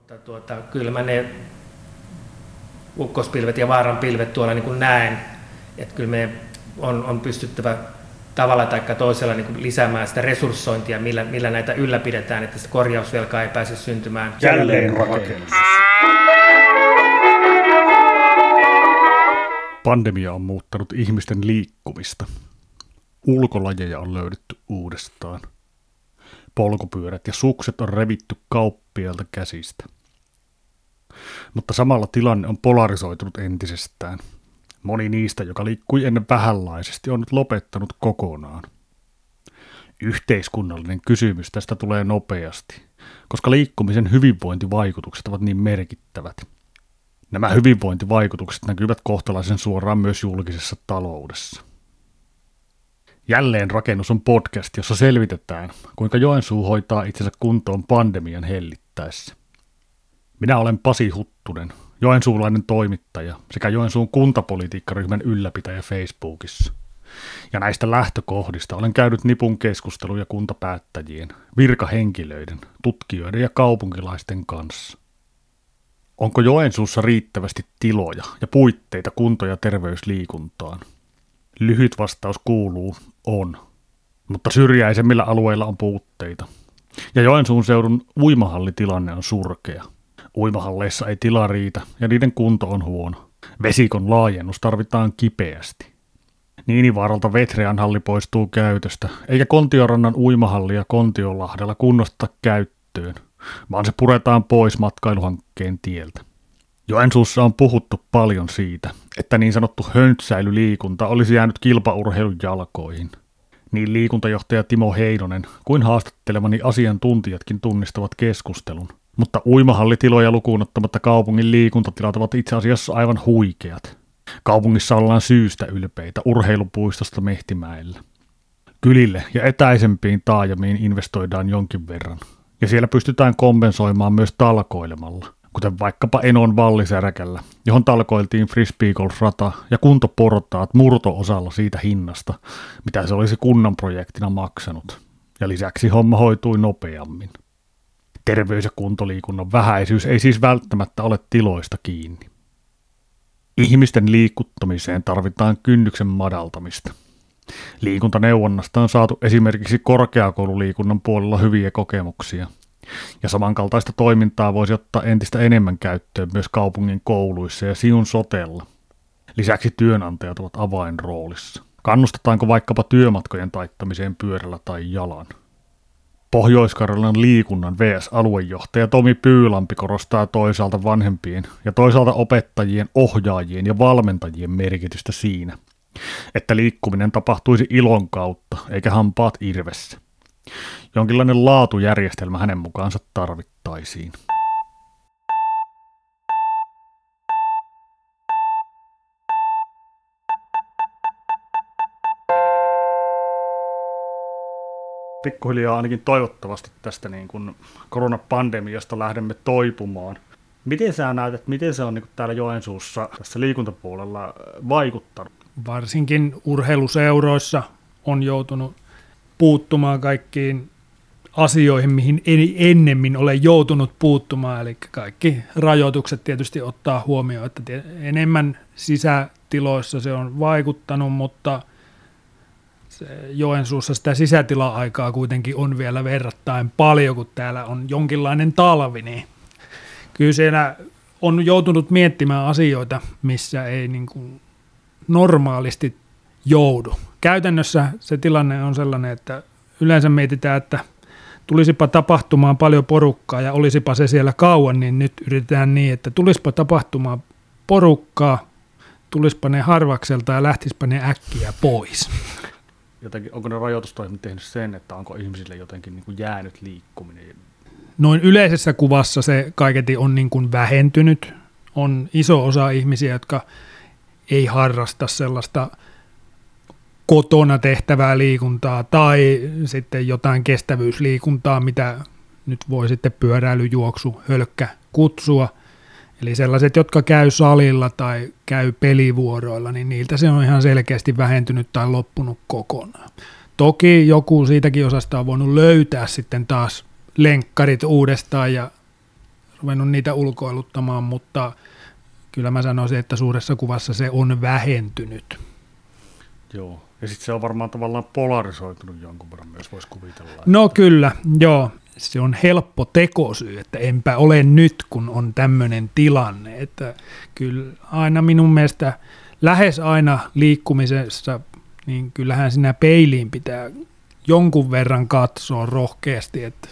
Mutta kyllä mä ne ukkospilvet ja vaaran pilvet tuolla niin kuin näen, että kyllä me on pystyttävä tavalla tai toisella niin kuin lisäämään sitä resurssointia, millä näitä ylläpidetään, että sitä korjausvelkaa ei pääse syntymään. Jälleenrakennus. Pandemia on muuttanut ihmisten liikkumista. Ulkolajeja on löydetty uudestaan. Polkupyörät ja sukset on revitty kauppiailta käsistä. Mutta samalla tilanne on polarisoitunut entisestään. Moni niistä, joka liikkui ennen vähänlaisesti, on nyt lopettanut kokonaan. Yhteiskunnallinen kysymys tästä tulee nopeasti, koska liikkumisen hyvinvointivaikutukset ovat niin merkittävät. Nämä hyvinvointivaikutukset näkyvät kohtalaisen suoraan myös julkisessa taloudessa. Jälleenrakennus on podcast, jossa selvitetään, kuinka Joensuu hoitaa itsensä kuntoon pandemian hellittäessä. Minä olen Pasi Huttunen, joensuulainen toimittaja sekä Joensuun kuntapolitiikkaryhmän ylläpitäjä Facebookissa. Ja näistä lähtökohdista olen käynyt nipun keskusteluja kuntapäättäjien, virkahenkilöiden, tutkijoiden ja kaupunkilaisten kanssa. Onko Joensuussa riittävästi tiloja ja puitteita kunto- ja terveysliikuntaan? Lyhyt vastaus kuuluu, on. Mutta syrjäisemmillä alueilla on puutteita. Ja Joensuun seudun uimahallitilanne on surkea. Uimahalleissa ei tila riitä ja niiden kunto on huono. Vesikon laajennus tarvitaan kipeästi. Niinivaaralta Vetrean halli poistuu käytöstä, eikä Kontiorannan uimahallia Kontiolahdella kunnosteta käyttöön, vaan se puretaan pois matkailuhankkeen tieltä. Joensuussa on puhuttu paljon siitä, että niin sanottu höntsäilyliikunta olisi jäänyt kilpaurheilun jalkoihin. Niin liikuntajohtaja Timo Heinonen kuin haastattelemani asiantuntijatkin tunnistavat keskustelun. Mutta uimahallitiloja lukuun ottamatta kaupungin liikuntatilat ovat itse asiassa aivan huikeat. Kaupungissa ollaan syystä ylpeitä urheilupuistosta Mehtimäellä. Kylille ja etäisempiin taajamiin investoidaan jonkin verran. Ja siellä pystytään kompensoimaan myös talkoilemalla, kuten vaikkapa Enon Vallisäräkällä, johon talkoiltiin frisbeegolf-rata ja kuntoportaat murto-osalla siitä hinnasta, mitä se olisi kunnan projektina maksanut. Ja lisäksi homma hoitui nopeammin. Terveys- ja kuntoliikunnan vähäisyys ei siis välttämättä ole tiloista kiinni. Ihmisten liikuttamiseen tarvitaan kynnyksen madaltamista. Liikuntaneuvonnasta on saatu esimerkiksi korkeakoululiikunnan puolella hyviä kokemuksia. Ja samankaltaista toimintaa voisi ottaa entistä enemmän käyttöön myös kaupungin kouluissa ja Siun sotella. Lisäksi työnantajat ovat avainroolissa. Kannustetaanko vaikkapa työmatkojen taittamiseen pyörällä tai jalan? Pohjois-Karjalan liikunnan VS-aluejohtaja Tomi Pyylampi korostaa toisaalta vanhempien ja toisaalta opettajien, ohjaajien ja valmentajien merkitystä siinä, että liikkuminen tapahtuisi ilon kautta eikä hampaat irvessä. Jonkinlainen laatujärjestelmä hänen mukaansa tarvittaisiin. Pikkuhiljaa ainakin toivottavasti tästä niin kuin koronapandemiasta lähdemme toipumaan. Miten sä näet, että miten se on niin kuin täällä Joensuussa tässä liikuntapuolella vaikuttanut? Varsinkin urheiluseuroissa on joutunut puuttumaan kaikkiin asioihin, mihin ei ennemmin ole joutunut puuttumaan. Eli kaikki rajoitukset tietysti ottaa huomioon, että enemmän sisätiloissa se on vaikuttanut, mutta Joensuussa sitä sisätila-aikaa kuitenkin on vielä verrattain paljon, kun täällä on jonkinlainen talvi, niin kyllä siellä on joutunut miettimään asioita, missä ei niin kuin normaalisti joudu. Käytännössä se tilanne on sellainen, että yleensä mietitään, että tulisipa tapahtumaan paljon porukkaa ja olisipa se siellä kauan, niin nyt yritetään niin, että tulisipa tapahtumaan porukkaa, tulisipa ne harvakselta ja lähtisipä ne äkkiä pois. Jotenkin, onko ne rajoitustoimet tehnyt sen, että onko ihmisille jotenkin niin kuin jäänyt liikkuminen? Noin yleisessä kuvassa se kaiketi on niin kuin vähentynyt. On iso osa ihmisiä, jotka ei harrasta sellaista kotona tehtävää liikuntaa tai sitten jotain kestävyysliikuntaa, mitä nyt voi sitten pyöräily, juoksu, hölkkä kutsua. Eli sellaiset, jotka käy salilla tai käy pelivuoroilla, niin niiltä se on ihan selkeästi vähentynyt tai loppunut kokonaan. Toki joku siitäkin osasta on voinut löytää sitten taas lenkkarit uudestaan ja ruvennut niitä ulkoiluttamaan, mutta kyllä mä sanoisin, että suuressa kuvassa se on vähentynyt. Joo, ja sitten se on varmaan tavallaan polarisoitunut jonkun verran myös, voisi kuvitella. No kyllä, joo. Se on helppo tekosyy, että enpä ole nyt, kun on tämmöinen tilanne. Että kyllä aina minun mielestä, lähes aina liikkumisessa, niin kyllähän siinä peiliin pitää jonkun verran katsoa rohkeasti, että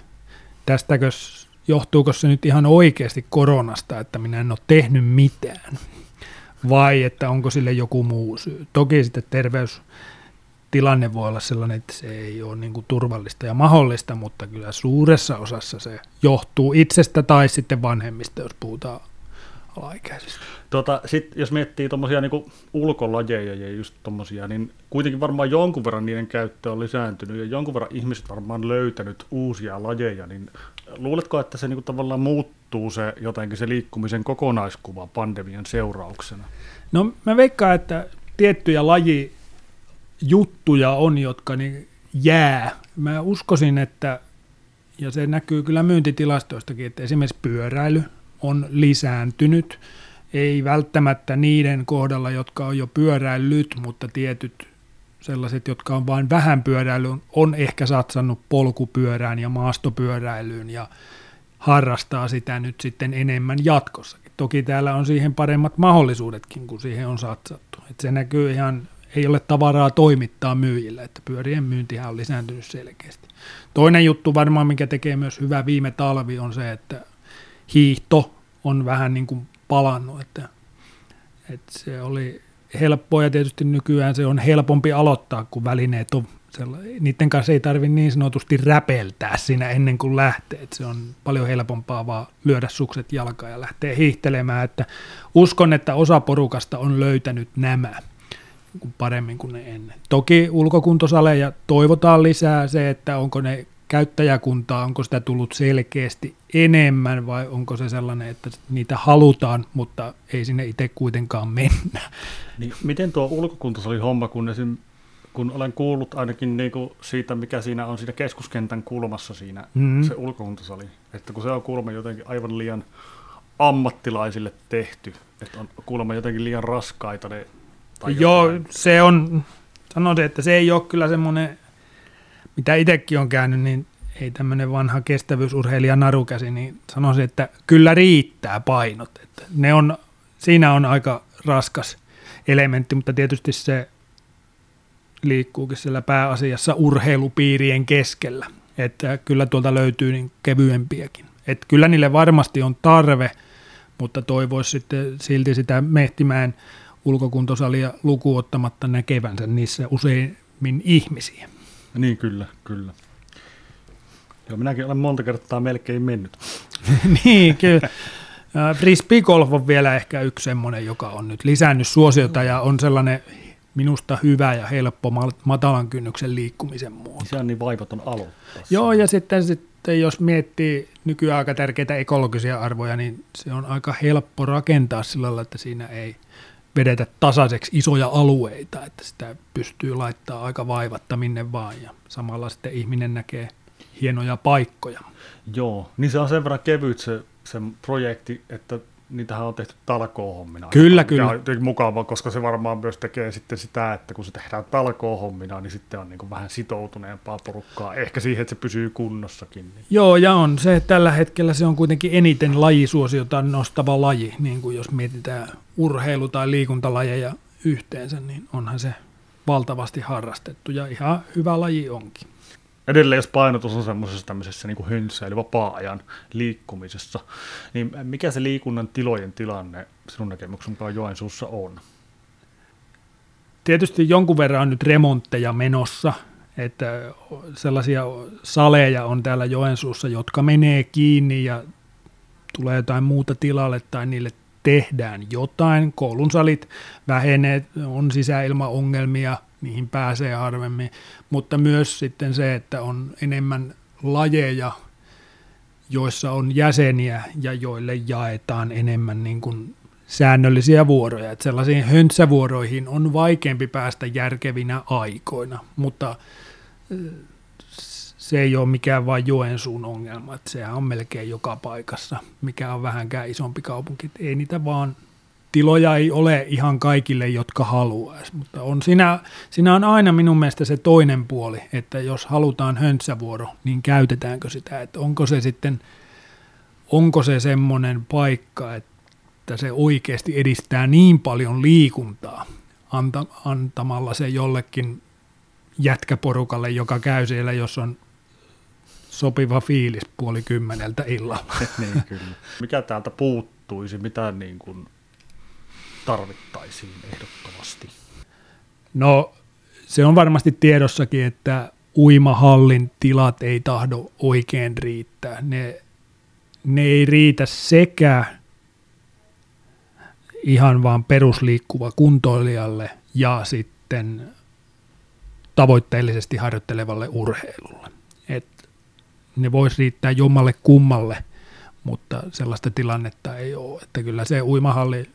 johtuuko se nyt ihan oikeasti koronasta, että minä en ole tehnyt mitään, vai että onko sille joku muu syy. Toki sitten terveystilanne voi olla sellainen, että se ei ole niin kuin turvallista ja mahdollista, mutta kyllä suuressa osassa se johtuu itsestä tai sitten vanhemmista, jos puhutaan alaikäisistä. Sitten jos miettii tuommoisia niin ulkolajeja ja just tommosia, niin kuitenkin varmaan jonkun verran niiden käyttö on lisääntynyt ja jonkun verran ihmiset varmaan löytänyt uusia lajeja, niin luuletko, että se niin tavallaan muuttuu se jotenkin se liikkumisen kokonaiskuva pandemian seurauksena? No mä veikkaan, että tiettyjä lajijuttuja on, jotka niin jää. Mä uskoisin, että, ja se näkyy kyllä myyntitilastoistakin, että esimerkiksi pyöräily on lisääntynyt. Ei välttämättä niiden kohdalla, jotka on jo pyöräillyt, mutta tietyt sellaiset, jotka on vain vähän pyöräilyyn, on ehkä satsannut polkupyörään ja maastopyöräilyyn ja harrastaa sitä nyt sitten enemmän jatkossakin. Toki täällä on siihen paremmat mahdollisuudetkin, kun siihen on satsattu. Et se näkyy ihan, ei ole tavaraa toimittaa myyjille, että pyörien myyntihän on lisääntynyt selkeästi. Toinen juttu varmaan, mikä tekee myös hyvää viime talvi, on se, että hiihto on vähän niin kuin palannut, että se oli helppoa ja tietysti nykyään se on helpompi aloittaa, kun välineet on niiden kanssa ei tarvitse niin sanotusti räpeltää siinä ennen kuin lähtee, että se on paljon helpompaa vaan lyödä sukset jalkaan ja lähteä hiihtelemään, että uskon, että osa porukasta on löytänyt nämä paremmin kuin ne ennen. Toki ulkokuntosaleja toivotaan lisää se, että onko ne käyttäjäkuntaa, onko sitä tullut selkeästi enemmän vai onko se sellainen, että niitä halutaan, mutta ei sinne itse kuitenkaan mennä. Niin, miten tuo ulkokuntosali homma, kun olen kuullut ainakin niinku siitä, mikä siinä on siinä keskuskentän kulmassa siinä se ulkokuntosali, että kun se on kuulemma jotenkin aivan liian ammattilaisille tehty, että on kuulemma jotenkin liian raskaita ne. Joo, se on, sanoisin, että se ei ole kyllä semmoinen, mitä itsekin on käynyt, niin ei tämmöinen vanha kestävyysurheilija narukäsi, niin sanoisin, että kyllä riittää painot. Että siinä on aika raskas elementti, mutta tietysti se liikkuukin siellä pääasiassa urheilupiirien keskellä. Että kyllä tuolta löytyy niin kevyempiäkin. Että kyllä niille varmasti on tarve, mutta toivoisi sitten silti sitä Mehtimäen ulkokuntosalia lukuun ottamatta näkevänsä niissä useimmin ihmisiä. Niin, kyllä. Joo, minäkin olen monta kertaa melkein mennyt. Niin, kyllä. Frisbeegolf on vielä ehkä yksi semmoinen, joka on nyt lisännyt suosiota ja on sellainen minusta hyvä ja helppo matalan kynnyksen liikkumisen muoto. Se on niin vaivaton aloittaa. Joo, ja sitten jos miettii nykyään aika tärkeitä ekologisia arvoja, niin se on aika helppo rakentaa sillä lailla, että siinä ei vedetä tasaiseksi isoja alueita, että sitä pystyy laittamaan aika vaivatta minne vaan ja samalla sitten ihminen näkee hienoja paikkoja. Joo, niin se on sen verran kevyt se projekti, että niitähän on tehty talkoohommina. Kyllä. On jotenkin mukava, koska se varmaan myös tekee sitten sitä, että kun se tehdään talkoohommina, niin sitten on niin kuin vähän sitoutuneempaa porukkaa. Ehkä siihen, että se pysyy kunnossakin. Niin. Joo, ja on se, että tällä hetkellä se on kuitenkin eniten lajisuosiota nostava laji, niin kuin jos mietitään urheilu- tai liikuntalajeja yhteensä, niin onhan se valtavasti harrastettu ja ihan hyvä laji onkin. Edelleen jos painotus on semmoisessa tämmöisessä niin kuin höntsäily, vapaa-ajan liikkumisessa, niin mikä se liikunnan tilojen tilanne sinun näkemyksen mukaan Joensuussa on? Tietysti jonkun verran on nyt remontteja menossa, että sellaisia saleja on täällä Joensuussa, jotka menee kiinni ja tulee jotain muuta tilalle tai niille tehdään jotain. Koulun salit vähenee, on sisäilmaongelmia, niihin pääsee harvemmin, mutta myös sitten se, että on enemmän lajeja, joissa on jäseniä ja joille jaetaan enemmän niin kuin säännöllisiä vuoroja. Että sellaisiin höntsävuoroihin on vaikeampi päästä järkevinä aikoina, mutta se ei ole mikään vain Joensuun ongelma, että sehän on melkein joka paikassa, mikä on vähänkään isompi kaupunki. Ei niitä vaan, tiloja ei ole ihan kaikille, jotka haluaisi, mutta on siinä on aina minun mielestä se toinen puoli, että jos halutaan höntsävuoro, niin käytetäänkö sitä, että onko se semmoinen paikka, että se oikeasti edistää niin paljon liikuntaa antamalla se jollekin jätkäporukalle, joka käy siellä, jos on sopiva fiilis 9:30 illalla. Niin, kyllä. Mikä täältä puuttuisi, mitä niin kuin tarvittaisiin ehdottomasti? No se on varmasti tiedossakin, että uimahallin tilat ei tahdo oikein riittää. Ne ei riitä sekä ihan vaan perusliikkuva kuntoilijalle ja sitten tavoitteellisesti harjoittelevalle urheilulle. Et ne voisi riittää jommalle kummalle, mutta sellaista tilannetta ei ole. Että kyllä se uimahalli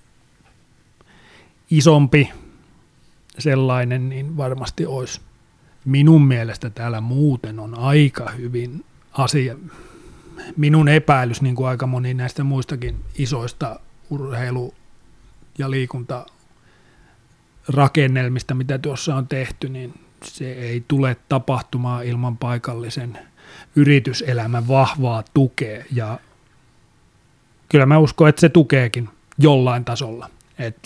isompi sellainen, niin varmasti olisi. Minun mielestä täällä muuten on aika hyvin asia. Minun epäilys, niin kuin aika moni näistä muistakin isoista urheilu- ja liikuntarakennelmista, mitä tuossa on tehty, niin se ei tule tapahtumaan ilman paikallisen yrityselämän vahvaa tukea. Ja kyllä mä uskon, että se tukeekin jollain tasolla. Et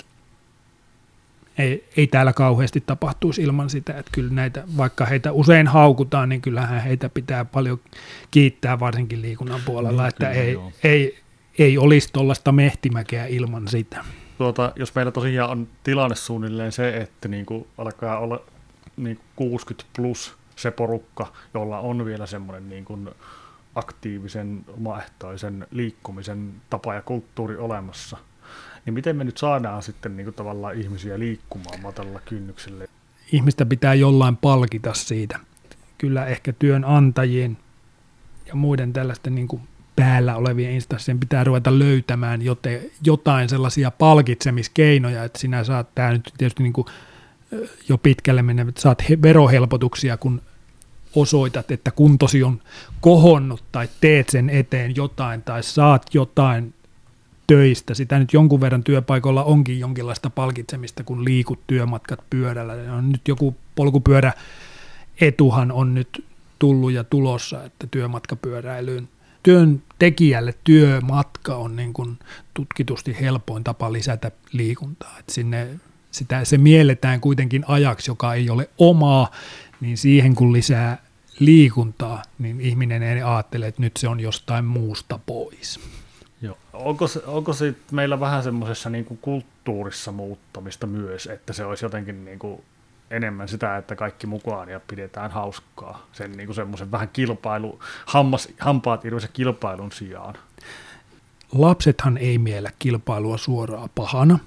ei täällä kauheasti tapahtuisi ilman sitä, että kyllä näitä, vaikka heitä usein haukutaan, niin kyllähän heitä pitää paljon kiittää varsinkin liikunnan puolella, no, että ei olisi tuollaista mehtimäkeä ilman sitä. Jos meillä tosiaan on tilanne suunnilleen se, että niin kuin alkaa olla niin 60 plus se porukka, jolla on vielä semmoinen niin kuin aktiivisen, omaehtoisen liikkumisen tapa ja kulttuuri olemassa, niin miten me nyt saadaan sitten niin kuin tavallaan ihmisiä liikkumaan matalalla kynnyksellä? Ihmistä pitää jollain palkita siitä. Kyllä ehkä työnantajien ja muiden tällaisten niin kuin päällä olevien instanssien pitää ruveta löytämään jotain sellaisia palkitsemiskeinoja, että sinä saat, tämä nyt tietysti niin kuin jo pitkälle mennä, että saat verohelpotuksia, kun osoitat, että kuntosi on kohonnut tai teet sen eteen jotain tai saat jotain töistä. Sitä nyt jonkun verran työpaikoilla onkin jonkinlaista palkitsemista, kun liikut työmatkat pyörällä. On nyt joku polkupyöräetuhan on nyt tullut ja tulossa, että työmatkapyöräilyyn työntekijälle työmatka on niin kuin tutkitusti helpoin tapa lisätä liikuntaa. Että se mielletään kuitenkin ajaksi, joka ei ole omaa, niin siihen kun lisää liikuntaa, niin ihminen ei ajattele, että nyt se on jostain muusta pois. Joo. Onko se meillä vähän semmoisessa niin kuin kulttuurissa muuttamista myös, että se olisi jotenkin niin kuin enemmän sitä, että kaikki mukaan ja pidetään hauskaa sen niin kuin semmoisen vähän hampaat irvisen kilpailun sijaan? Lapsethan ei miellä kilpailua suoraan pahana,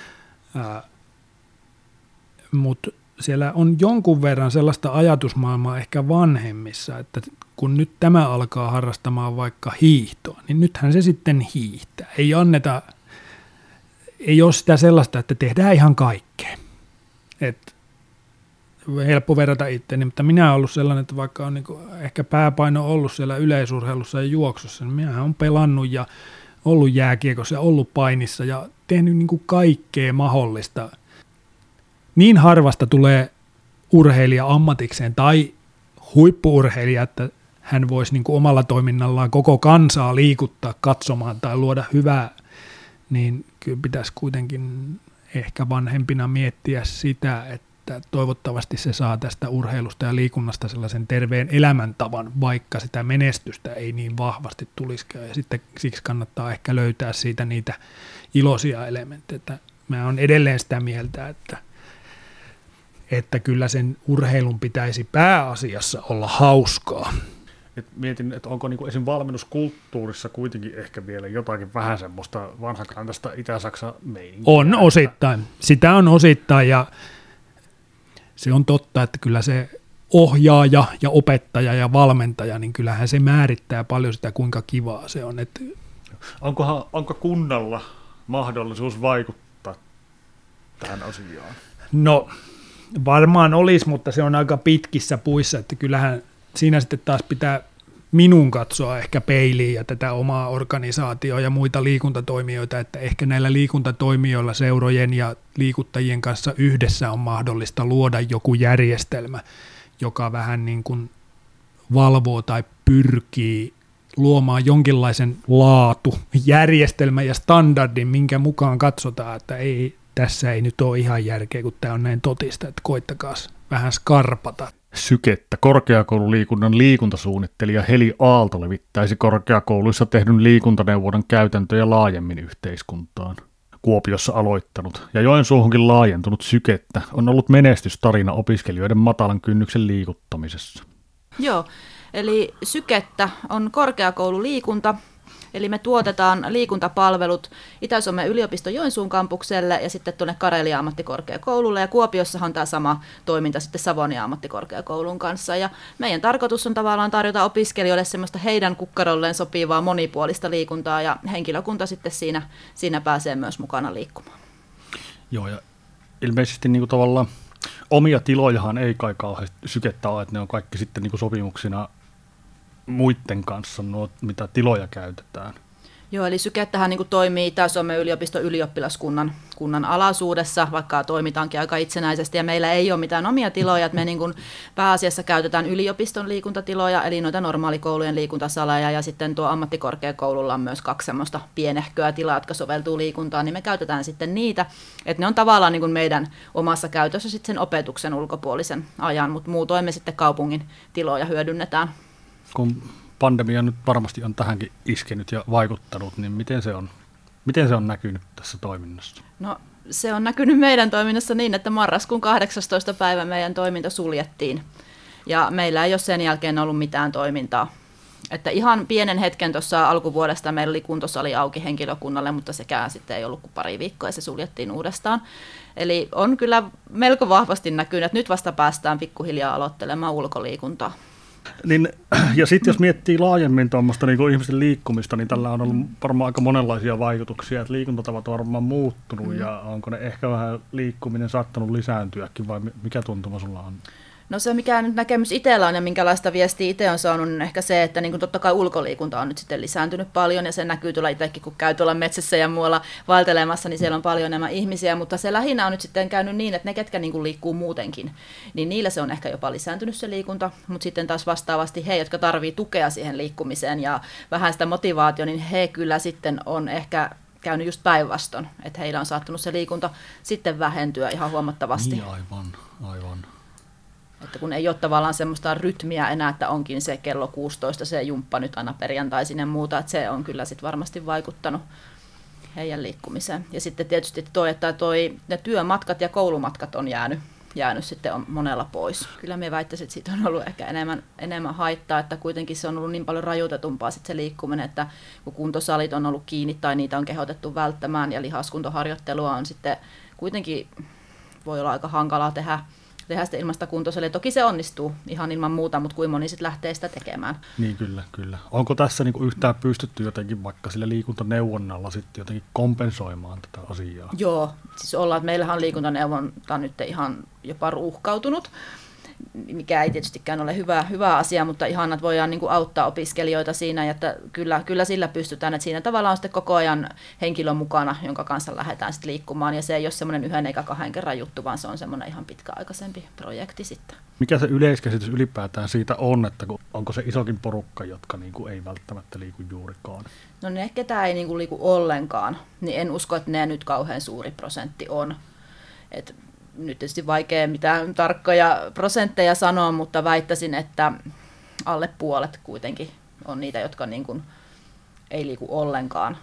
mutta siellä on jonkun verran sellaista ajatusmaailmaa ehkä vanhemmissa, että kun nyt tämä alkaa harrastamaan vaikka hiihtoa, niin nythän se sitten hiihtää. Ei ole sitä sellaista, että tehdään ihan kaikkea. Helppo verrata itseäni, mutta minä olen ollut sellainen, että vaikka on niin ehkä pääpaino ollut siellä yleisurheilussa ja juoksussa, niin minä olen pelannut ja ollut jääkiekossa ja ollut painissa ja tehnyt niin kaikkea mahdollista. Niin harvasta tulee urheilija ammatikseen tai huippu-urheilija, että hän voisi niin kuin omalla toiminnallaan koko kansaa liikuttaa katsomaan tai luoda hyvää, niin kyllä pitäisi kuitenkin ehkä vanhempina miettiä sitä, että toivottavasti se saa tästä urheilusta ja liikunnasta sellaisen terveen elämäntavan, vaikka sitä menestystä ei niin vahvasti tulisikaan. Ja sitten siksi kannattaa ehkä löytää siitä niitä iloisia elementtejä. Mä oon edelleen sitä mieltä, että kyllä sen urheilun pitäisi pääasiassa olla hauskaa. Mietin, että onko niinku esim. Valmennuskulttuurissa kuitenkin ehkä vielä jotakin vähän semmoista vanhakantaista Itä-Saksan meininkiä. On osittain. Sitä on osittain ja se on totta, että kyllä se ohjaaja ja opettaja ja valmentaja, niin kyllähän se määrittää paljon sitä, kuinka kivaa se on. Onko kunnalla mahdollisuus vaikuttaa tähän asiaan? No varmaan olisi, mutta se on aika pitkissä puissa, että kyllähän siinä sitten taas pitää minun katsoa ehkä peiliin ja tätä omaa organisaatioa ja muita liikuntatoimijoita, että ehkä näillä liikuntatoimijoilla seurojen ja liikuttajien kanssa yhdessä on mahdollista luoda joku järjestelmä, joka vähän niin kuin valvoo tai pyrkii luomaan jonkinlaisen laatujärjestelmä ja standardin, minkä mukaan katsotaan, että tässä ei nyt ole ihan järkeä, kun tämä on näin totista, että koittakaa vähän skarpata. Sykettä korkeakoululiikunnan liikuntasuunnittelija Heli Aalto levittäisi korkeakouluissa tehdyn liikuntaneuvonnan käytäntöjä laajemmin yhteiskuntaan. Kuopiossa aloittanut ja Joensuuhunkin laajentunut Sykettä on ollut menestystarina opiskelijoiden matalan kynnyksen liikuttamisessa. Joo, eli Sykettä on korkeakoululiikunta, eli me tuotetaan liikuntapalvelut Itä-Suomen yliopiston Joensuun kampukselle ja sitten tuonne Karelia ammattikorkeakoululle, ja Kuopiossahan on tämä sama toiminta sitten Savonia ammattikorkeakoulun kanssa, ja meidän tarkoitus on tavallaan tarjota opiskelijoille semmoista heidän kukkarolleen sopivaa monipuolista liikuntaa, ja henkilökunta sitten siinä pääsee myös mukana liikkumaan. Joo, ja ilmeisesti niin kuin tavallaan omia tilojahan ei kai kauheasti Sykettä ole, että ne on kaikki sitten niin kuin sopimuksina muiden kanssa, mitä tiloja käytetään. Joo, eli Sykettähän niin kuin toimii Itä-Suomen yliopiston ylioppilaskunnan alaisuudessa, vaikka toimitaankin aika itsenäisesti, ja meillä ei ole mitään omia tiloja, että me niin kuin pääasiassa käytetään yliopiston liikuntatiloja, eli noita normaalikoulujen liikuntasaleja, ja sitten tuo ammattikorkeakoululla on myös 2 semmoista pienehköä tilaa, jotka soveltuu liikuntaan, niin me käytetään sitten niitä, että ne on tavallaan niin kuin meidän omassa käytössä sitten sen opetuksen ulkopuolisen ajan, mutta muutoin me sitten kaupungin tiloja hyödynnetään. Kun pandemia nyt varmasti on tähänkin iskenyt ja vaikuttanut, niin miten se on näkynyt tässä toiminnassa? No, se on näkynyt meidän toiminnassa niin, että marraskuun 18. päivä meidän toiminta suljettiin ja meillä ei ole sen jälkeen ollut mitään toimintaa. Että ihan pienen hetken tuossa alkuvuodesta meillä oli kuntosali auki henkilökunnalle, mutta sekään sitten ei ollut kuin pari viikkoa ja se suljettiin uudestaan. Eli on kyllä melko vahvasti näkynyt, että nyt vasta päästään pikkuhiljaa aloittelemaan ulkoliikuntaa. Niin, ja sitten jos miettii laajemmin tuommoista niin ihmisten liikkumista, niin tällä on ollut varmaan aika monenlaisia vaikutuksia, että liikuntatavat on varmaan muuttunut ja onko ne ehkä vähän liikkuminen saattanut lisääntyäkin vai mikä tuntuma sulla on? No se, mikä nyt näkemys itsellä on ja minkälaista viestiä itse on saanut, niin ehkä se, että niin totta kai ulkoliikunta on nyt sitten lisääntynyt paljon ja se näkyy tuolla itsekin, kun käy tuolla metsässä ja muualla vaeltelemassa, niin siellä on paljon enemmän ihmisiä, mutta se lähinnä on nyt sitten käynyt niin, että ne, ketkä niin liikkuu muutenkin, niin niillä se on ehkä jopa lisääntynyt se liikunta, mutta sitten taas vastaavasti he, jotka tarvii tukea siihen liikkumiseen ja vähän sitä motivaatiota, niin he kyllä sitten on ehkä käynyt just päinvastoin, että heillä on saattanut se liikunta sitten vähentyä ihan huomattavasti. Niin, aivan. Että kun ei ole tavallaan semmoista rytmiä enää, että onkin se kello 16 se jumppa nyt aina perjantaisin ja muuta, että se on kyllä sitten varmasti vaikuttanut heidän liikkumiseen. Ja sitten tietysti ne työmatkat ja koulumatkat on jäänyt sitten on monella pois. Kyllä me väittäisin, että siitä on ollut ehkä enemmän haittaa, että kuitenkin se on ollut niin paljon rajoitetumpaa sitten se liikkuminen, että kun kuntosalit on ollut kiinni tai niitä on kehotettu välttämään ja lihaskuntoharjoittelua on sitten kuitenkin voi olla aika hankalaa tehdä sitä ilmasta kuntosalia. Toki se onnistuu ihan ilman muuta, mutta kuin moni sitten lähtee sitä tekemään. Niin kyllä. Onko tässä niinku yhtään pystytty jotenkin vaikka sillä liikuntaneuvonnalla sitten jotenkin kompensoimaan tätä asiaa? Joo, siis että meillähän on liikuntaneuvonta nyt ihan jopa ruuhkautunut, mikä ei tietystikään ole hyvä asia, mutta ihan, että voidaan niin kuin auttaa opiskelijoita siinä, että kyllä sillä pystytään, että siinä tavallaan on sitten koko ajan henkilö mukana, jonka kanssa lähdetään sitten liikkumaan, ja se ei ole semmoinen 1 eikä 2 kerran juttu, vaan se on semmoinen ihan pitkäaikaisempi projekti sitten. Mikä se yleiskäsitys ylipäätään siitä on, että onko se isokin porukka, jotka niin kuin ei välttämättä liiku juurikaan? No ne, ketä ei niin kuin liiku ollenkaan, niin en usko, että ne nyt kauhean suuri prosentti on. Et nyt tietysti vaikea mitään tarkkoja prosentteja sanoa, mutta väittäisin, että alle puolet kuitenkin on niitä, jotka niin kuin ei liiku ollenkaan.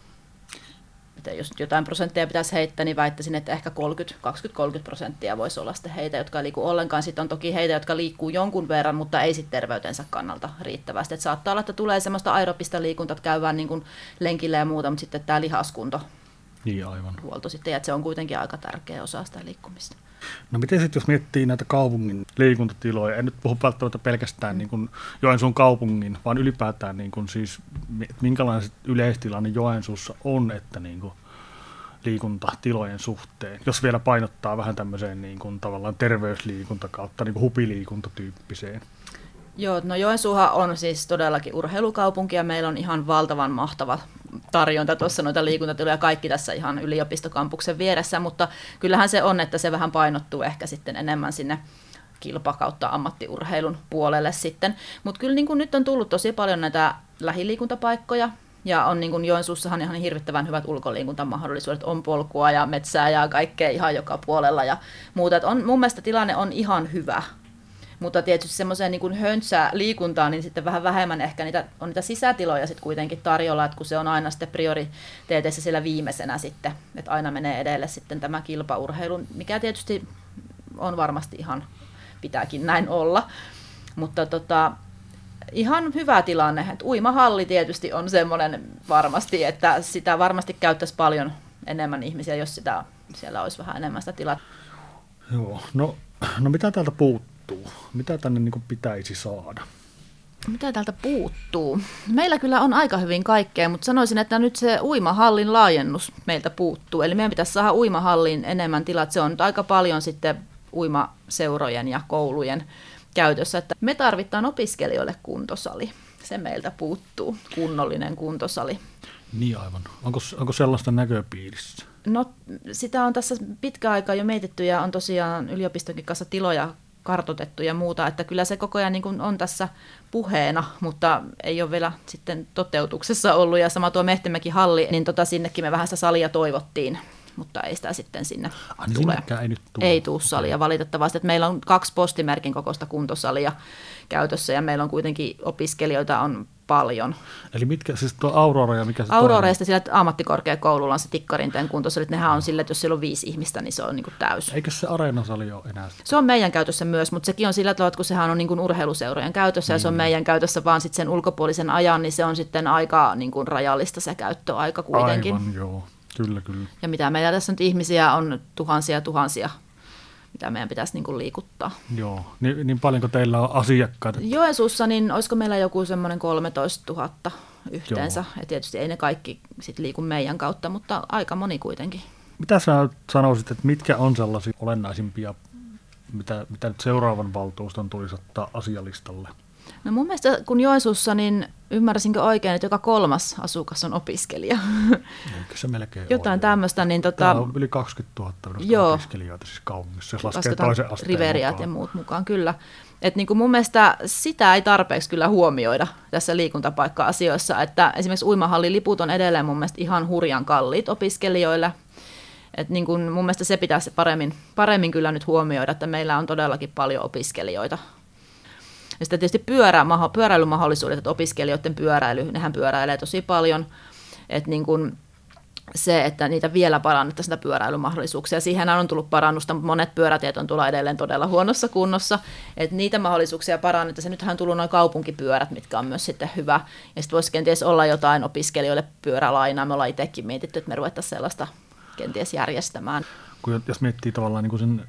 Että jos jotain prosentteja pitäisi heittää, niin väittäisin, että ehkä 20-30% voisi olla sitten heitä, jotka ei liiku ollenkaan. Sitten on toki heitä, jotka liikkuu jonkun verran, mutta ei sitten terveytensä kannalta riittävästi. Että saattaa olla, että tulee semmoista aerobista liikuntaa, että käydään niin kuin lenkillä ja muuta, mutta sitten tämä lihaskunto. Niin, aivan. Huolto sitten, että se on kuitenkin aika tärkeä osa sitä liikkumista. No miten sitten, jos miettii näitä kaupungin liikuntatiloja, en nyt puhu välttämättä pelkästään niin kuin Joensuun kaupungin, vaan ylipäätään niin kuin siis, minkälainen yleistilanne Joensuussa on, että niin kuin liikuntatilojen suhteen, jos vielä painottaa vähän tämmöiseen niin kuin tavallaan terveysliikunta kautta niin kuin hupiliikuntatyyppiseen. Joo, no Joensuuhan on siis todellakin urheilukaupunki ja meillä on ihan valtavan mahtava tarjonta tuossa noita liikuntatiloja kaikki tässä ihan yliopistokampuksen vieressä, mutta kyllähän se on, että se vähän painottuu ehkä sitten enemmän sinne kilpa kautta ammattiurheilun puolelle sitten. Mutta kyllä niin kuin nyt on tullut tosi paljon näitä lähiliikuntapaikkoja ja on niin kuin Joensuussahan ihan hirvittävän hyvät ulkoliikuntamahdollisuudet, on polkua ja metsää ja kaikkea ihan joka puolella ja muuta. Mun mielestä tilanne on ihan hyvä. Mutta tietysti semmoiseen niin kuin höntsäliikuntaan, niin sitten vähän vähemmän ehkä on niitä sisätiloja sitten kuitenkin tarjolla, että kun se on aina sitten prioriteeteissa siellä viimeisenä sitten, että aina menee edelle sitten tämä kilpaurheilu, mikä tietysti on varmasti ihan, pitääkin näin olla. Mutta ihan hyvä tilanne, että uimahalli tietysti on semmoinen varmasti, että sitä varmasti käyttäisi paljon enemmän ihmisiä, jos siellä olisi vähän enemmän sitä tilaa. Joo, no mitä täältä puuttuu? Mitä tänne niin kuin pitäisi saada? Mitä täältä puuttuu? Meillä kyllä on aika hyvin kaikkea, mutta sanoisin, että nyt se uimahallin laajennus meiltä puuttuu. Eli meidän pitäisi saada uimahalliin enemmän tilat. Se on nyt aika paljon sitten uimaseurojen ja koulujen käytössä. Että me tarvitaan opiskelijoille kuntosali. Se meiltä puuttuu, kunnollinen kuntosali. Niin aivan. Onko sellaista näköpiirissä? No sitä on tässä pitkä aika jo mietitty ja on tosiaan yliopistonkin kanssa tiloja kartoitettu ja muuta, että kyllä se koko ajan niin kuin on tässä puheena, mutta ei ole vielä sitten toteutuksessa ollut. Ja sama tuo Mehtimäki halli, niin sinnekin me vähän sitä salia toivottiin, mutta ei sitä sitten sinne tule. Ei tule salia valitettavasti. Että meillä on 2 postimerkin kokoista kuntosalia käytössä ja meillä on kuitenkin opiskelijoita on paljon. Eli mitkä, siis tuo Aurora ja mikä se Auroreista sillä ammattikorkeakoululla on se Tikkarinteen kuntosalit. Nehän on sillä, että jos siellä on 5 ihmistä, niin se on niin kuin täys. Eikö se areenasali ole enää? Se on meidän käytössä myös, mutta sekin on sillä tavalla, että kun sehän on niin kuin urheiluseurojen käytössä ja se on meidän käytössä vaan sitten sen ulkopuolisen ajan, niin se on sitten aika niin kuin rajallista se käyttöaika kuitenkin. Aivan, joo. Kyllä. Ja mitä meillä tässä nyt ihmisiä on tuhansia, mitä meidän pitäisi niin kuin liikuttaa. Joo, niin paljonko teillä on asiakkaita? Joensuussa, niin olisiko meillä joku semmoinen 13 000 yhteensä. Joo. Ja tietysti ei ne kaikki sit liiku meidän kautta, mutta aika moni kuitenkin. Mitä sä sanoisit, että mitkä on sellaisia olennaisimpia, mitä nyt seuraavan valtuuston tulisi ottaa asialistalle? No mun mielestä kun Joensuussa, niin ymmärsinkö oikein, että joka 3. asukas on opiskelija. Eikö se melkein jotain tämmöistä. Niin täällä on yli 20 000 opiskelijoita siis kaupungissa, jos laskee toisen asteen Riveriat mukaan. Ja muut mukaan, kyllä. Et niin kuin mun mielestä sitä ei tarpeeksi kyllä huomioida tässä liikuntapaikka-asioissa, että esimerkiksi uimahalliliput on edelleen mun mielestä ihan hurjan kalliit opiskelijoille. Et niin kuin mun mielestä se pitäisi paremmin kyllä nyt huomioida, että meillä on todellakin paljon opiskelijoita. Ja sitten tietysti pyöräilymahdollisuudet, että opiskelijoiden pyöräily, nehän pyöräilee tosi paljon, että niin kuin se, että niitä vielä parannettaisiin sitä pyöräilymahdollisuuksia. Siihen on tullut parannusta, mutta monet pyörätiet on tullut edelleen todella huonossa kunnossa, että niitä mahdollisuuksia parannettaisiin. Nythän on tullut nuo kaupunkipyörät, mitkä on myös sitten hyvä, ja sitten voisi kenties olla jotain opiskelijoille pyörälainaa. Me ollaan itsekin mietitty, että me ruvettaisiin sellaista kenties järjestämään. Jos miettii tavallaan niin kuin sen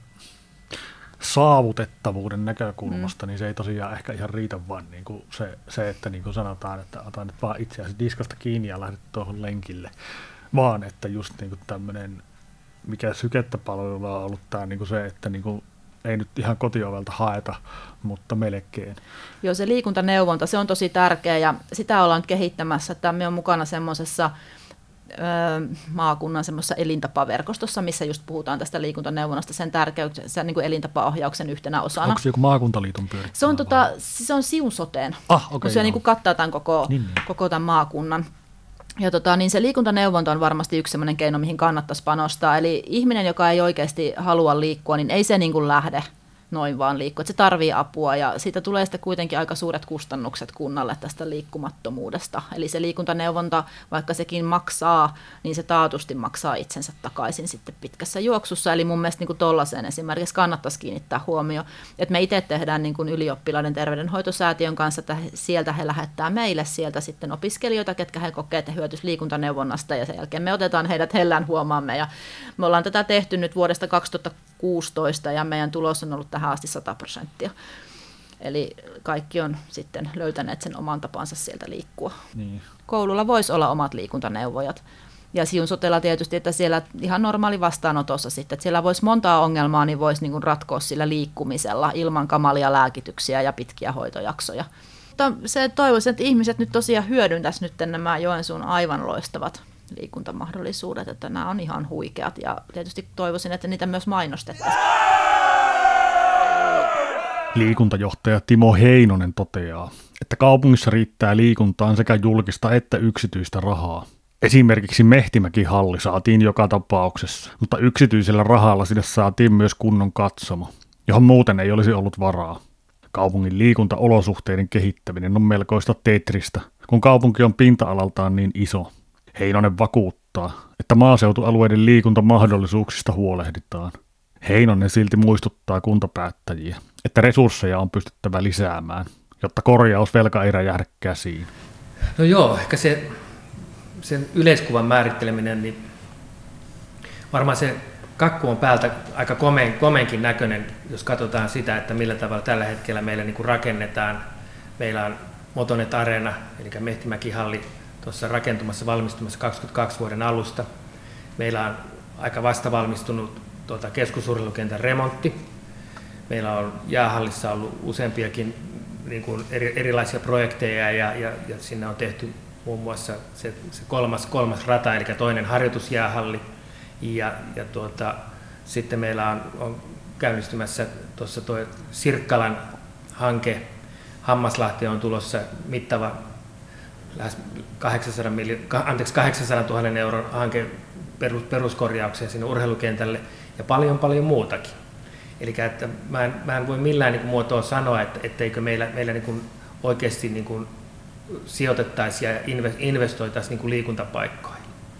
saavutettavuuden näkökulmasta, niin se ei tosiaan ehkä ihan riitä vaan niin kuin se, että niin kuin sanotaan, että otan nyt vaan itseäsi diskasta kiinni ja lähdet tuohon lenkille, vaan että just niin kuin tämmöinen, mikä Sykettä-palvelulla on ollut tämä niin kuin se, että niin kuin ei nyt ihan kotiovelta haeta, mutta melkein. Joo, se liikuntaneuvonta, se on tosi tärkeä ja sitä ollaan nyt kehittämässä. Tämä on mukana semmoisessa maakunnan semmoisessa elintapaverkostossa, missä just puhutaan tästä liikuntaneuvonnasta, sen tärkeyksessä niin kuin elintapaohjauksen yhtenä osana. Onko se joku maakuntaliiton pyörittämä? Se on Siun Soteen, okay, kun se niin kuin kattaa tämän koko tämän maakunnan. Ja niin se liikuntaneuvonta on varmasti yksi semmoinen keino, mihin kannattaisi panostaa. Eli ihminen, joka ei oikeasti halua liikkua, niin ei se niin kuin lähde noin vaan liikkua. Että se tarvii apua ja siitä tulee sitten kuitenkin aika suuret kustannukset kunnalle tästä liikkumattomuudesta. Eli se liikuntaneuvonta, vaikka sekin maksaa, niin se taatusti maksaa itsensä takaisin sitten pitkässä juoksussa. Eli mun mielestä niin tollaiseen esimerkiksi kannattaisi kiinnittää huomioon. Että me itse tehdään niin kuin Ylioppilaiden terveydenhoitosäätiön kanssa, että sieltä he lähettää meille sieltä sitten opiskelijoita, ketkä he kokee, että hyötyisi liikuntaneuvonnasta ja sen jälkeen me otetaan heidät hellään huomaamme. Ja me ollaan tätä tehty nyt vuodesta 2016 ja meidän tulos on ollut tähän asti 100%. Eli kaikki on sitten löytäneet sen oman tapansa sieltä liikkua. Niin. Koululla voisi olla omat liikuntaneuvojat. Ja Siun sotella tietysti, että siellä ihan normaali vastaanotossa sitten, että siellä voisi montaa ongelmaa, niin voisi niin kuin ratkoa sillä liikkumisella ilman kamalia lääkityksiä ja pitkiä hoitojaksoja. Mutta se toivoisin, että ihmiset nyt tosiaan hyödyntäisi nyt nämä Joensuun aivan loistavat liikuntamahdollisuudet, että nämä on ihan huikeat ja tietysti toivoisin, että niitä myös mainostettaisiin. Liikuntajohtaja Timo Heinonen toteaa, että kaupungissa riittää liikuntaan sekä julkista että yksityistä rahaa. Esimerkiksi Mehtimäki-halli saatiin joka tapauksessa, mutta yksityisellä rahalla sinne saatiin myös kunnon katsomo, johon muuten ei olisi ollut varaa. Kaupungin liikuntaolosuhteiden kehittäminen on melkoista tetristä, kun kaupunki on pinta-alaltaan niin iso. Heinonen vakuuttaa, että maaseutualueiden liikuntamahdollisuuksista huolehditaan. Heinonen silti muistuttaa kuntapäättäjiä, että resursseja on pystyttävä lisäämään, jotta korjausvelka ei räjähdä käsiin. No joo, ehkä sen yleiskuvan määritteleminen, niin varmaan se kakku on päältä aika komeenkin näköinen, jos katsotaan sitä, että millä tavalla tällä hetkellä meillä niin kuin rakennetaan. Meillä on Motonet Arena, eli Mehtimäki-halli, tuossa rakentumassa, valmistumassa 22 vuoden alusta. Meillä on aika vasta valmistunut keskusurheilukentän remontti. Meillä on jäähallissa ollut useampiakin niin kuin erilaisia projekteja ja sinne on tehty muun muassa se kolmas rata, eli toinen harjoitusjäähalli. Sitten meillä on käynnistymässä tuossa tuo Sirkkalan hanke. Hammaslahteen on tulossa mittava lähes 800 000 euron hanke peruskorjaukseen sinne urheilukentälle ja paljon muutakin. Eli että mä en voi millään niin kuin muotoa sanoa, etteikö meillä niin kuin oikeasti niin kuin sijoitettaisiin ja investoitaisiin niin kuin liikuntapaikkoihin.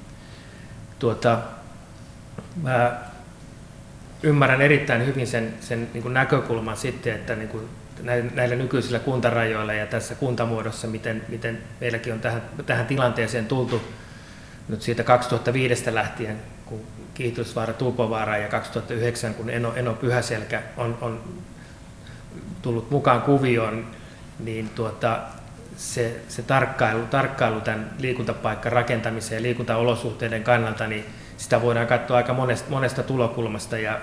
Mä ymmärrän erittäin hyvin sen niin kuin näkökulman sitten, että niin kuin näillä nykyisillä kuntarajoilla ja tässä kuntamuodossa, miten meilläkin on tähän tilanteeseen tultu nyt siitä 2005 lähtien, kun Kiihtelysvaara, Tuupovaara ja 2009, kun Eno Pyhäselkä on tullut mukaan kuvioon, niin se tarkkailu tämän liikuntapaikkan rakentamisen ja liikuntaolosuhteiden kannalta, niin sitä voidaan katsoa aika monesta tulokulmasta, ja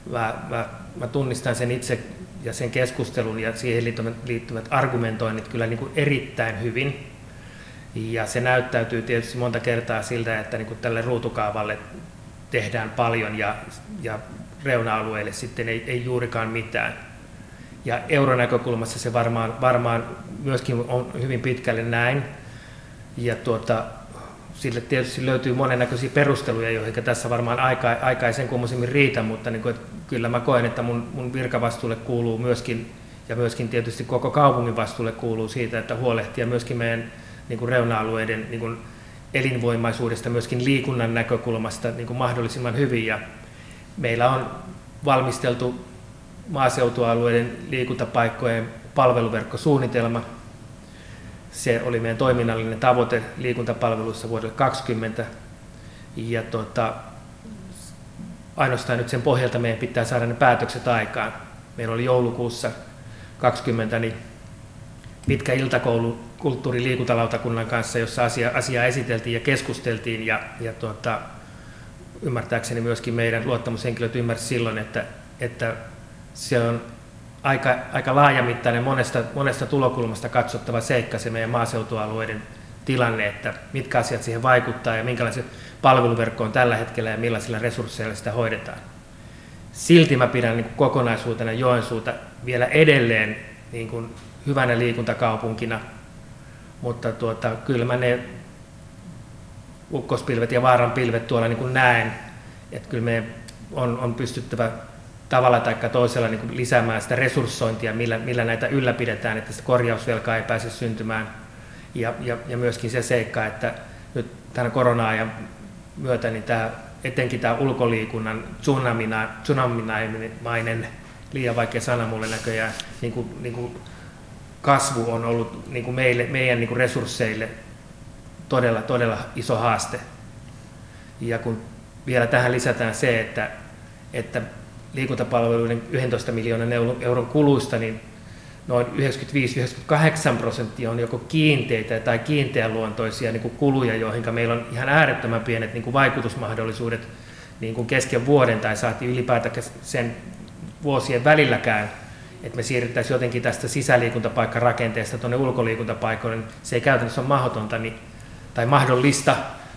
mä tunnistan sen itse ja sen keskustelun ja siihen liittyvät argumentoinnit kyllä niin kuin erittäin hyvin. Ja se näyttäytyy tietysti monta kertaa siltä, että niin kuin tälle ruutukaavalle tehdään paljon ja reuna-alueille sitten ei juurikaan mitään. Ja euronäkökulmassa se varmaan myöskin on hyvin pitkälle näin. Ja sille tietysti löytyy monennäköisiä perusteluja, joihin tässä varmaan aika ei sen kummoisemmin riitä, mutta niin kuin, että kyllä mä koen, että mun virkavastuulle kuuluu myöskin, ja myöskin tietysti koko kaupungin vastuulle kuuluu siitä, että huolehtia myöskin meidän niin kuin reuna-alueiden niin kuin elinvoimaisuudesta myöskin liikunnan näkökulmasta niin kuin mahdollisimman hyvin. Ja meillä on valmisteltu maaseutualueiden liikuntapaikkojen palveluverkkosuunnitelma. Se oli meidän toiminnallinen tavoite liikuntapalveluissa vuodelle 2020. Ja ainoastaan nyt sen pohjalta meidän pitää saada ne päätökset aikaan. Meillä oli joulukuussa 2020 niin pitkä iltakoulu kulttuuri-liikuntalautakunnan kanssa, jossa asiaa esiteltiin ja keskusteltiin. Ja ymmärtääkseni myöskin meidän luottamushenkilöt ymmärsivät silloin, että se on aika laajamittainen monesta tulokulmasta katsottava seikka se meidän maaseutualueiden tilanne, että mitkä asiat siihen vaikuttaa ja minkälaisen palveluverkko on tällä hetkellä ja millaisilla resursseilla sitä hoidetaan. Silti mä pidän niin kuin kokonaisuutena Joensuuta vielä edelleen niin kuin hyvänä liikuntakaupunkina, mutta kyllä mä ne ukkospilvet ja vaaranpilvet tuolla niin kuin näen, että kyllä me on pystyttävä tavalla tai toisella niin kuin lisäämään sitä resurssointia, millä näitä ylläpidetään, että sitä korjausvelkaa ei pääse syntymään. Ja myöskin se seikka, että nyt tämän korona-ajan myötä niin etenkin tämä ulkoliikunnan tsunamimainen, liian vaikea sana mulle näköjään, niin kuin kasvu on ollut niin kuin meidän niin kuin resursseille todella iso haaste. Ja kun vielä tähän lisätään se, että liikuntapalveluiden 11 miljoonan euron kuluista, niin noin 95-98% on joko kiinteitä tai kiinteäluontoisia niin kuin kuluja, joihin meillä on ihan äärettömän pienet niin kuin vaikutusmahdollisuudet niin kuin kesken vuoden tai saatiin ylipäätään sen vuosien välilläkään, että me siirryttäisiin jotenkin tästä sisäliikuntapaikkarakenteesta tuonne ulkoliikuntapaikoille, niin se ei käytännössä ole mahdotonta tai mahdollista,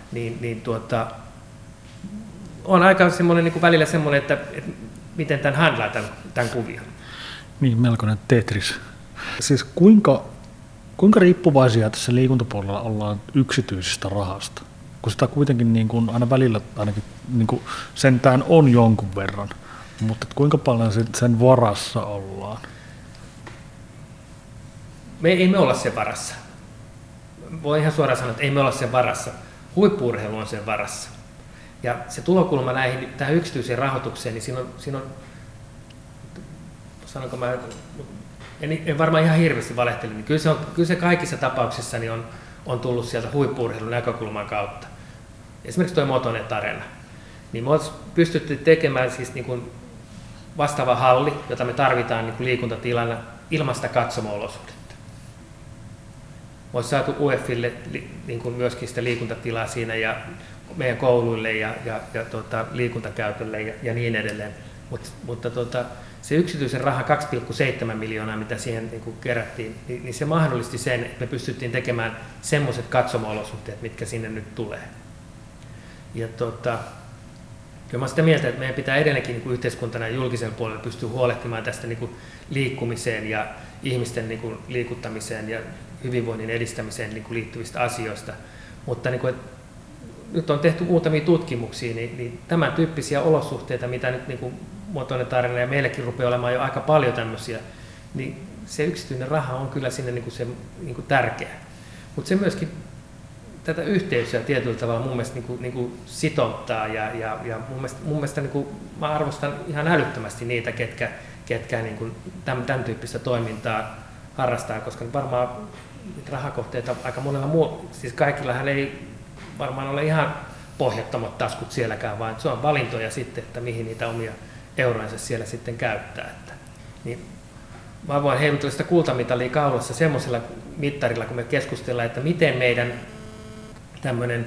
on aika semmoinen niin kuin välillä semmoinen, että miten tämän handlaa tämän kuvion. Niin, melkoinen Tetris. Siis kuinka riippuvaisia tässä liikuntapuolella ollaan yksityisestä rahasta? Kun sitä kuitenkin niin kuin aina välillä ainakin niin kuin sentään on jonkun verran, mutta kuinka paljon sen varassa ollaan? Me ei olla sen varassa. Voi ihan suoraan sanoa, että ei me olla sen varassa. Huippu-urheilu on sen varassa. Ja se tulokulma tähän yksityiseen rahoitukseen, niin siinä on sanonko mä, en varmaan ihan hirveästi valehtele, niin kyllä se kaikissa tapauksissa niin on tullut sieltä huippu-urheilun näkökulman kautta. Esimerkiksi tuo Motonet Arena. Niin me ollaan pystytty tekemään siis niin kuin vastaava halli, jota me tarvitaan niin kuin liikuntatilana ilman sitä katsomo-olosuhdetta. Me olisi saatu UEFille niin kuin myöskin sitä liikuntatilaa siinä ja meidän kouluille ja liikuntakäytölle ja niin edelleen. Mutta se yksityisen raha 2,7 miljoonaa, mitä siihen niin kuin kerättiin, niin se mahdollisti sen, että me pystyttiin tekemään semmoiset katsomo-olosuhteet, mitkä sinne nyt tulee. Ja kyllä mä olen sitä mieltä, että meidän pitää edelleenkin niin kuin yhteiskuntana ja julkisen puolella pystyä huolehtimaan tästä niin kuin liikkumiseen ja ihmisten niin kuin liikuttamiseen ja hyvinvoinnin edistämiseen niin kuin liittyvistä asioista. Mutta niin kuin, nyt on tehty muutamia tutkimuksia, niin tämän tyyppisiä olosuhteita, mitä nyt niin kuin Motonet Arena ja meillekin rupeaa olemaan jo aika paljon tämmöisiä, niin se yksityinen raha on kyllä sinne niin kuin se niin kuin tärkeä. Mutta se myöskin tätä yhteisöä tietyllä tavalla mun mielestä niin kuin sitouttaa ja mun mielestä niin kuin mä arvostan ihan älyttömästi niitä, ketkä niin kuin tämän tyyppistä toimintaa harrastaa, koska varmaan rahakohteita aika monella siis kaikillahan ei varmaan ole ihan pohjattomat taskut sielläkään, vaan se on valintoja sitten, että mihin niitä omia euroinsa siellä sitten käyttää. Niin mä voin heilutella sitä kultamitalia kaulassa semmoisella mittarilla, kun me keskustellaan, että miten meidän tämmöinen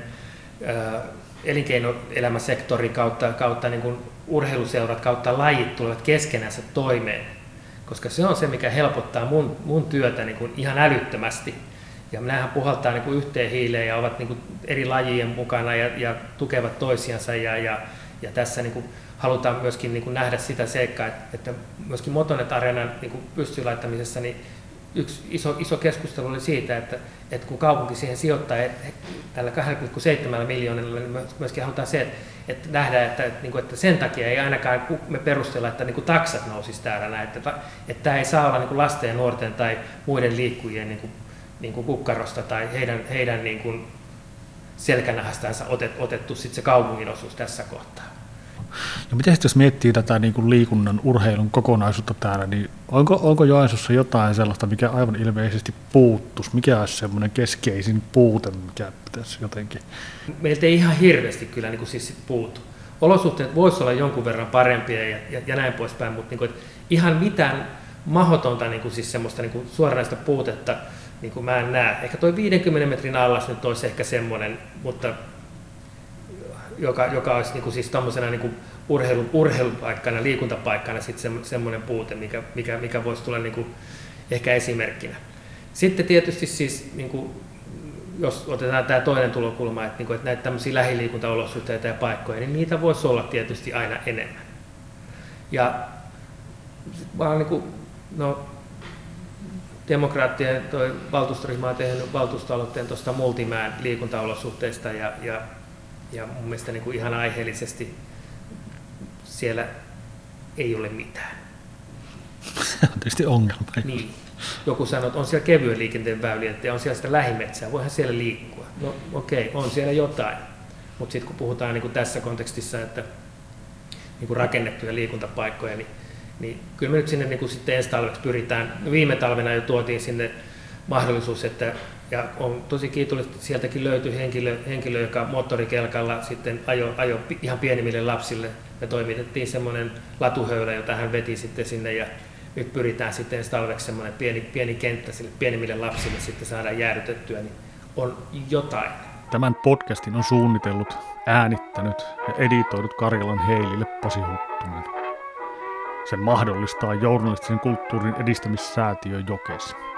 elinkeinoelämäsektori kautta niin kuin urheiluseurat kautta lajit tulevat keskenänsä toimeen, koska se on se, mikä helpottaa mun työtä niin kuin ihan älyttömästi. Ja nämähän puhaltaa niin kuin yhteen hiileen ja ovat niin kuin eri lajien mukana ja tukevat toisiansa ja tässä niin kuin halutaan myöskin niin kuin nähdä sitä seikkaa, että myöskin Motonet Areenan niin kuin pystyyn laittamisessa niin yksi iso keskustelu oli siitä, että kun kaupunki siihen sijoittaa tällä 2,7 miljoonalla, niin myöskin halutaan se, että nähdään, että sen takia ei ainakaan me perustella, että niin kuin taksat nousisi täällä, että tämä ei saa olla niin kuin lasten ja nuorten tai muiden liikkujien niin kuin kukkarosta tai heidän niin kuin selkänahastansa otettu sit se kaupungin osuus tässä kohtaa. No miten jos miettii tätä niin kuin liikunnan, urheilun kokonaisuutta täällä, niin onko Joensuussa jotain sellaista, mikä aivan ilmeisesti puuttuisi? Mikä olisi semmoinen keskeisin puute, mikä pitäisi jotenkin? Meiltä ei ihan hirveästi kyllä niin kuin siis puutu. Olosuhteet voisivat olla jonkun verran parempia ja näin poispäin, mutta niin kuin, ihan mitään mahdotonta niin kuin siis semmoista niin kuin suoranaista puutetta niin kuin mä en näe. Ehkä tuo 50 metrin allas nyt olisi ehkä semmoinen, mutta joka olisi niin kuin siis tommosena niin kuin urheilupaikkana, liikuntapaikkana sitten semmoinen puute, mikä voisi tulla niin kuin ehkä esimerkkinä. Sitten tietysti siis, niin kuin, jos otetaan tämä toinen tulokulma, että, niin kuin, että näitä tämmöisiä lähiliikuntaolosuhteita ja paikkoja, niin niitä voisi olla tietysti aina enemmän. Ja vaan niin kuin, demokraattien valtuustoryhmä on tehnyt valtuustoaloitteen tuosta Multimäen liikuntaolosuhteista ja mun mielestä niin kuin ihan aiheellisesti siellä ei ole mitään. Se on tietysti ongelma. Niin. Joku sanoo, että on siellä kevyen liikenteen väyliä ja on siellä sitä lähimetsää, voihan siellä liikkua. No okei, on siellä jotain. Mutta sitten kun puhutaan niin kuin tässä kontekstissa, että niin kuin rakennettuja liikuntapaikkoja, niin kyllä me nyt sinne niin kuin sitten ensi talveksi pyritään. Viime talvena jo tuotiin sinne mahdollisuus, ja on tosi kiitollista, että sieltäkin löytyi henkilö, joka moottorikelkalla sitten ajoi ihan pienimmille lapsille. Me toimitettiin semmoinen latuhöylä, jota hän veti sitten sinne ja nyt pyritään sitten ensi talveksi semmoinen pieni kenttä sille pienimmille lapsille sitten saadaan jäädytettyä, niin on jotain. Tämän podcastin on suunnitellut, äänittänyt ja editoidut Karjalan Heilille Pasi Huttunen. Sen mahdollistaa journalistisen kulttuurin edistämissäätiö Jokes.